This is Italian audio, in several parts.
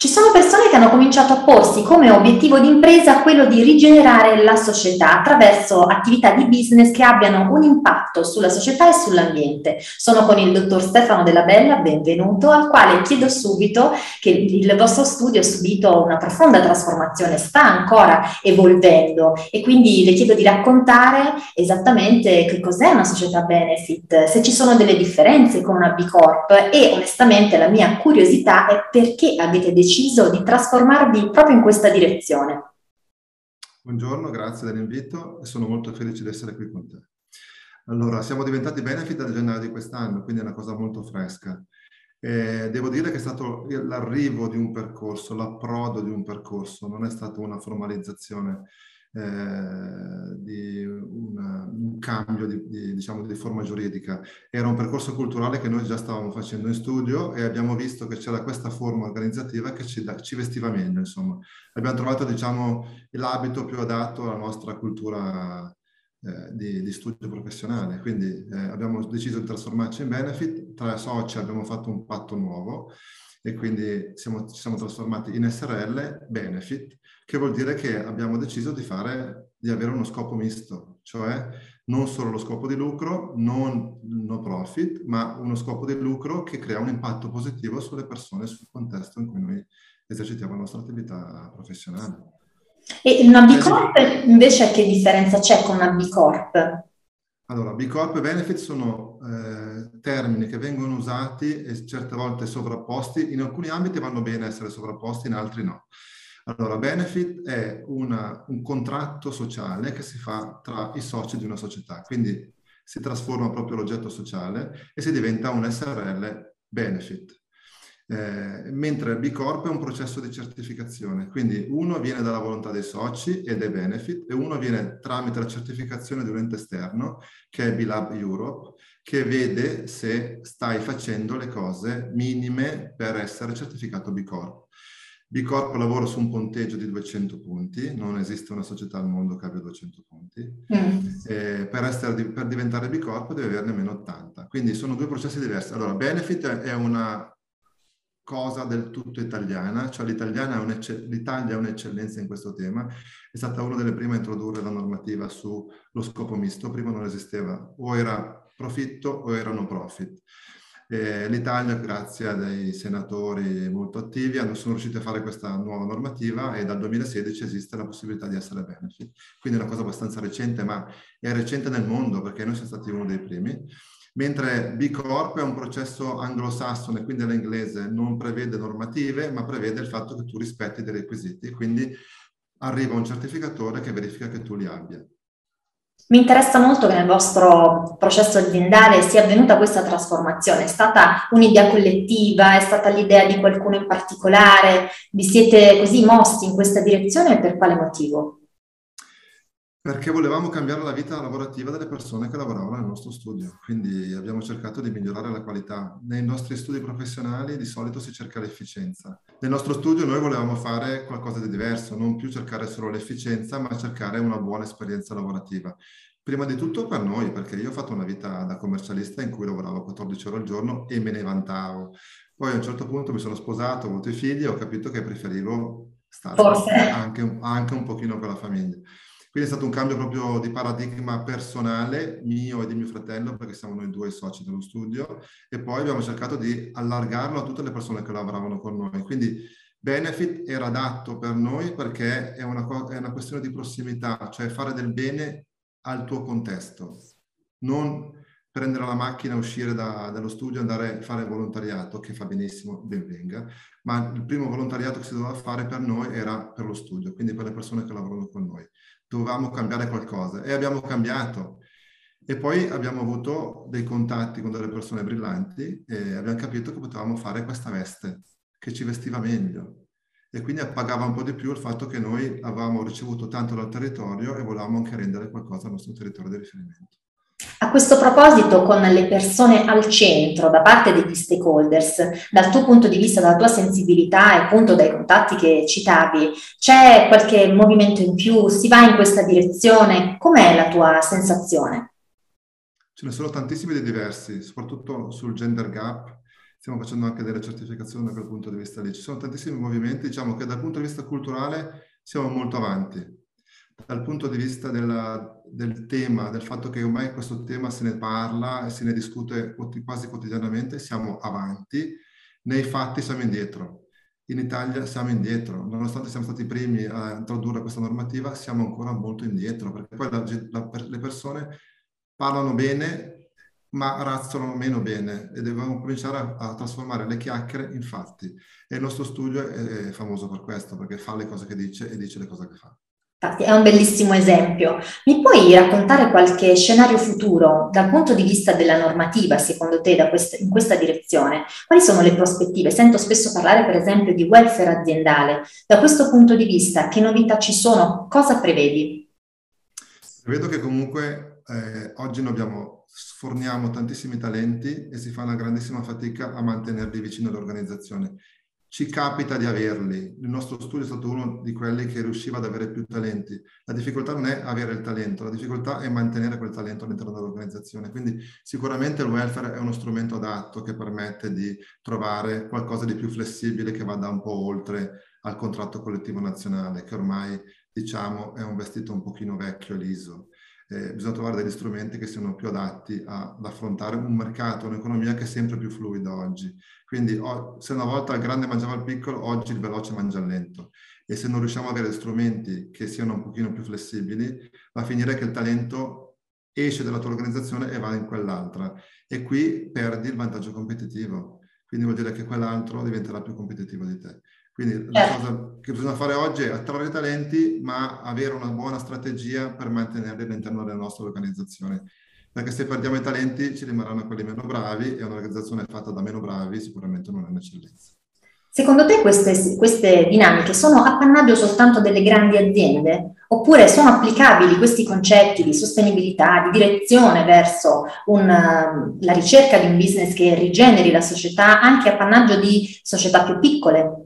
Ci sono persone che hanno cominciato a porsi come obiettivo di impresa quello di rigenerare la società attraverso attività di business che abbiano un impatto sulla società e sull'ambiente. Sono con il dottor Stefano Della Bella, benvenuto, al quale chiedo subito che il vostro studio ha subito una profonda trasformazione, sta ancora evolvendo e quindi le chiedo di raccontare esattamente che cos'è una società benefit, se ci sono delle differenze con una B Corp e onestamente la mia curiosità è perché avete deciso di trasformarvi proprio in questa direzione. Buongiorno, grazie dell'invito e sono molto felice di essere qui con te. Allora, siamo diventati benefit da gennaio di quest'anno, quindi è una cosa molto fresca. Devo dire che è stato l'arrivo di un percorso, l'approdo di un percorso, non è stata una formalizzazione di un cambio diciamo, di forma giuridica. Era un percorso culturale che noi già stavamo facendo in studio e abbiamo visto che c'era questa forma organizzativa che ci vestiva meglio, insomma. Abbiamo trovato, diciamo, l'abito più adatto alla nostra cultura di studio professionale, quindi abbiamo deciso di trasformarci in benefit. Tra soci abbiamo fatto un patto nuovo e quindi ci siamo trasformati in SRL benefit, che vuol dire che abbiamo deciso di avere uno scopo misto, cioè non solo lo scopo di lucro, non no profit, ma uno scopo di lucro che crea un impatto positivo sulle persone, sul contesto in cui noi esercitiamo la nostra attività professionale. E una B Corp invece che differenza c'è con una B Corp? Allora, B Corp e Benefit sono termini che vengono usati e certe volte sovrapposti. In alcuni ambiti vanno bene essere sovrapposti, in altri no. Allora, Benefit è un contratto sociale che si fa tra i soci di una società, quindi si trasforma proprio l'oggetto sociale e si diventa un SRL Benefit. Mentre B Corp è un processo di certificazione, quindi uno viene dalla volontà dei soci ed è benefit e uno viene tramite la certificazione di un ente esterno che è B-Lab Europe, che vede se stai facendo le cose minime per essere certificato B Corp. B Corp lavora su un punteggio di 200 punti, non esiste una società al mondo che abbia 200 punti. Per diventare B Corp deve averne almeno 80, quindi sono due processi diversi. Allora, benefit è una cosa del tutto italiana, cioè l'Italia è un'eccellenza in questo tema, è stata una delle prime a introdurre la normativa sullo scopo misto, prima non esisteva, o era profitto o era no profit. L'Italia, grazie a dei senatori molto attivi, sono riusciti a fare questa nuova normativa e dal 2016 esiste la possibilità di essere benefit. Quindi è una cosa abbastanza recente, ma è recente nel mondo perché noi siamo stati uno dei primi. Mentre B Corp è un processo anglosassone, quindi all'inglese non prevede normative, ma prevede il fatto che tu rispetti dei requisiti, quindi arriva un certificatore che verifica che tu li abbia. Mi interessa molto che nel vostro processo aziendale sia avvenuta questa trasformazione. È stata un'idea collettiva? È stata l'idea di qualcuno in particolare? Vi siete così mossi in questa direzione e per quale motivo? Perché volevamo cambiare la vita lavorativa delle persone che lavoravano nel nostro studio, quindi abbiamo cercato di migliorare la qualità. Nei nostri studi professionali di solito si cerca l'efficienza. Nel nostro studio noi volevamo fare qualcosa di diverso, non più cercare solo l'efficienza, ma cercare una buona esperienza lavorativa. Prima di tutto per noi, perché io ho fatto una vita da commercialista in cui lavoravo 14 ore al giorno e me ne vantavo. Poi a un certo punto mi sono sposato, ho avuto i figli e ho capito che preferivo stare anche un pochino con la famiglia. Quindi è stato un cambio proprio di paradigma personale mio e di mio fratello, perché siamo noi due soci dello studio, e poi abbiamo cercato di allargarlo a tutte le persone che lavoravano con noi. Quindi Benefit era adatto per noi perché è una questione di prossimità, cioè fare del bene al tuo contesto. Non prendere la macchina, uscire dallo studio, andare a fare volontariato, che fa benissimo, ben venga, ma il primo volontariato che si doveva fare per noi era per lo studio, quindi per le persone che lavorano con noi. Dovevamo cambiare qualcosa e abbiamo cambiato. E poi abbiamo avuto dei contatti con delle persone brillanti e abbiamo capito che potevamo fare questa veste, che ci vestiva meglio. E quindi appagava un po' di più il fatto che noi avevamo ricevuto tanto dal territorio e volevamo anche rendere qualcosa al nostro territorio di riferimento. A questo proposito, con le persone al centro da parte degli stakeholders, dal tuo punto di vista, dalla tua sensibilità e appunto dai contatti che citavi, c'è qualche movimento in più? Si va in questa direzione? Com'è la tua sensazione? Ce ne sono tantissimi di diversi, soprattutto sul gender gap. stiamo facendo anche delle certificazioni da quel punto di vista lì. Ci sono tantissimi movimenti, diciamo che dal punto di vista culturale siamo molto avanti. Dal punto di vista del tema, del fatto che ormai questo tema se ne parla e se ne discute quasi quotidianamente, siamo avanti. Nei fatti siamo indietro. In Italia siamo indietro. Nonostante siamo stati i primi a introdurre questa normativa, siamo ancora molto indietro, perché poi le persone parlano bene, ma razzolano meno bene e dobbiamo cominciare a trasformare le chiacchiere in fatti. E il nostro studio è famoso per questo, perché fa le cose che dice e dice le cose che fa. Infatti è un bellissimo esempio. Mi puoi raccontare qualche scenario futuro dal punto di vista della normativa, secondo te, in questa direzione? Quali sono le prospettive? Sento spesso parlare, per esempio, di welfare aziendale. Da questo punto di vista, che novità ci sono? Cosa prevedi? Vedo che comunque oggi sforniamo tantissimi talenti e si fa una grandissima fatica a mantenerli vicino all'organizzazione. Ci capita di averli. Il nostro studio è stato uno di quelli che riusciva ad avere più talenti. La difficoltà non è avere il talento, la difficoltà è mantenere quel talento all'interno dell'organizzazione. Quindi sicuramente il welfare è uno strumento adatto che permette di trovare qualcosa di più flessibile che vada un po' oltre al contratto collettivo nazionale, che ormai, diciamo, è un vestito un pochino vecchio e liso. Bisogna trovare degli strumenti che siano più adatti ad affrontare un mercato, un'economia che è sempre più fluida oggi. Quindi se una volta il grande mangiava il piccolo, oggi il veloce mangia il lento. E se non riusciamo ad avere strumenti che siano un pochino più flessibili, va a finire che il talento esce dalla tua organizzazione e va in quell'altra. E qui perdi il vantaggio competitivo. Quindi vuol dire che quell'altro diventerà più competitivo di te. Quindi la cosa che bisogna fare oggi è attrarre i talenti, ma avere una buona strategia per mantenerli all'interno della nostra organizzazione. Perché se perdiamo i talenti ci rimarranno quelli meno bravi e un'organizzazione fatta da meno bravi sicuramente non è un'eccellenza. Secondo te queste dinamiche sono appannaggio soltanto delle grandi aziende? Oppure sono applicabili questi concetti di sostenibilità, di direzione verso la ricerca di un business che rigeneri la società, anche appannaggio di società più piccole?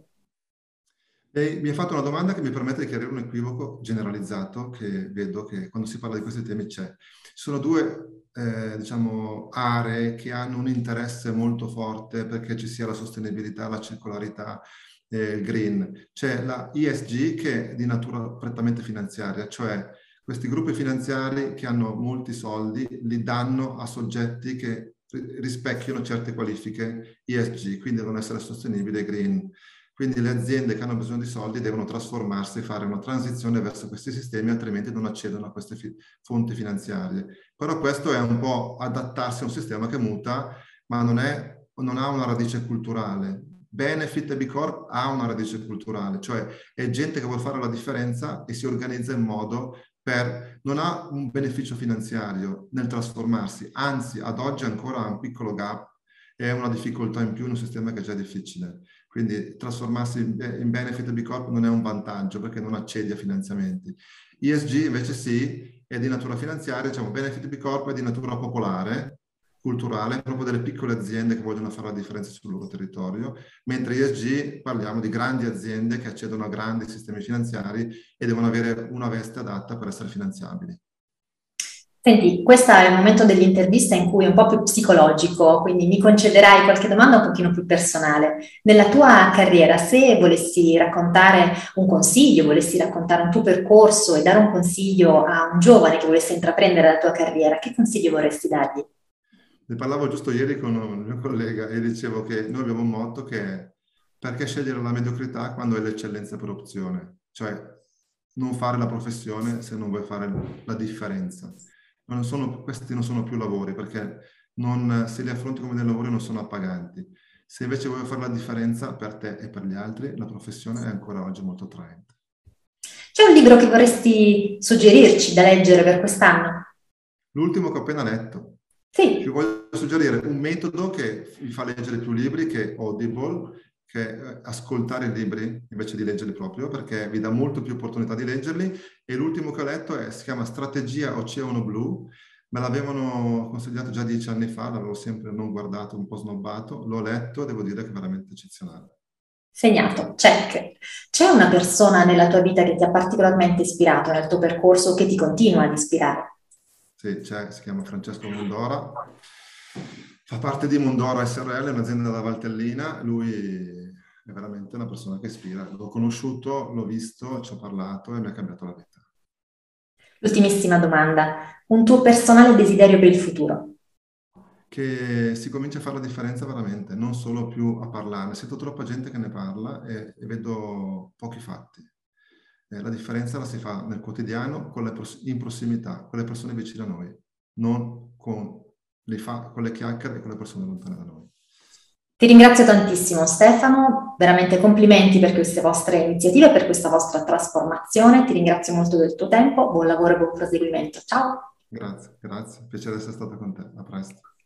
E mi hai fatto una domanda che mi permette di chiarire un equivoco generalizzato che vedo che quando si parla di questi temi c'è. Ci sono due, diciamo, aree che hanno un interesse molto forte perché ci sia la sostenibilità, la circolarità, il green. C'è la ESG che è di natura prettamente finanziaria, cioè questi gruppi finanziari che hanno molti soldi li danno a soggetti che rispecchiano certe qualifiche ESG, quindi devono essere sostenibili e green. Quindi le aziende che hanno bisogno di soldi devono trasformarsi e fare una transizione verso questi sistemi, altrimenti non accedono a queste fonti finanziarie. Però questo è un po' adattarsi a un sistema che muta, ma non ha una radice culturale. Benefit e B Corp ha una radice culturale, cioè è gente che vuole fare la differenza e si organizza in modo non ha un beneficio finanziario nel trasformarsi, anzi ad oggi ancora ha un piccolo gap e una difficoltà in più in un sistema che è già difficile. Quindi trasformarsi in benefit B Corp non è un vantaggio perché non accedi a finanziamenti. ESG invece sì, è di natura finanziaria, diciamo benefit B Corp è di natura popolare, culturale, proprio delle piccole aziende che vogliono fare la differenza sul loro territorio, mentre ESG parliamo di grandi aziende che accedono a grandi sistemi finanziari e devono avere una veste adatta per essere finanziabili. Senti, questo è il momento dell'intervista in cui è un po' più psicologico, quindi mi concederai qualche domanda un pochino più personale. Nella tua carriera, se volessi raccontare un consiglio, volessi raccontare un tuo percorso e dare un consiglio a un giovane che volesse intraprendere la tua carriera, che consiglio vorresti dargli? Ne parlavo giusto ieri con un mio collega e dicevo che noi abbiamo un motto che è perché scegliere la mediocrità quando è l'eccellenza per opzione? Cioè non fare la professione se non vuoi fare la differenza. Questi non sono più lavori perché se li affronti come dei lavori non sono appaganti. Se invece vuoi fare la differenza per te e per gli altri, la professione è ancora oggi molto attraente. C'è un libro che vorresti suggerirci da leggere per quest'anno? L'ultimo che ho appena letto. Sì. Ti voglio suggerire un metodo che mi fa leggere più libri, che è Audible, che è ascoltare i libri invece di leggerli proprio, perché vi dà molto più opportunità di leggerli. E l'ultimo che ho letto si chiama Strategia Oceano Blu. Me l'avevano consigliato già 10 anni fa, l'avevo sempre non guardato, un po' snobbato. L'ho letto e devo dire che è veramente eccezionale. Segnato, check. C'è una persona nella tua vita che ti ha particolarmente ispirato nel tuo percorso, che ti continua ad ispirare? Sì, si chiama Francesco Mondora. Fa parte di Mondoro SRL, un'azienda della Valtellina. Lui è veramente una persona che ispira. L'ho conosciuto, l'ho visto, ci ho parlato e mi ha cambiato la vita. L'ultimissima domanda, un tuo personale desiderio per il futuro? Che si comincia a fare la differenza veramente, non solo più a parlarne. Sento troppa gente che ne parla e vedo pochi fatti. La differenza la si fa nel quotidiano, in prossimità, con le persone vicine a noi, non con le chiacchiere e con le persone lontane da noi. Ti ringrazio tantissimo Stefano, veramente complimenti per queste vostre iniziative, per questa vostra trasformazione, ti ringrazio molto del tuo tempo, buon lavoro e buon proseguimento, ciao! Grazie, piacere essere stato con te, a presto.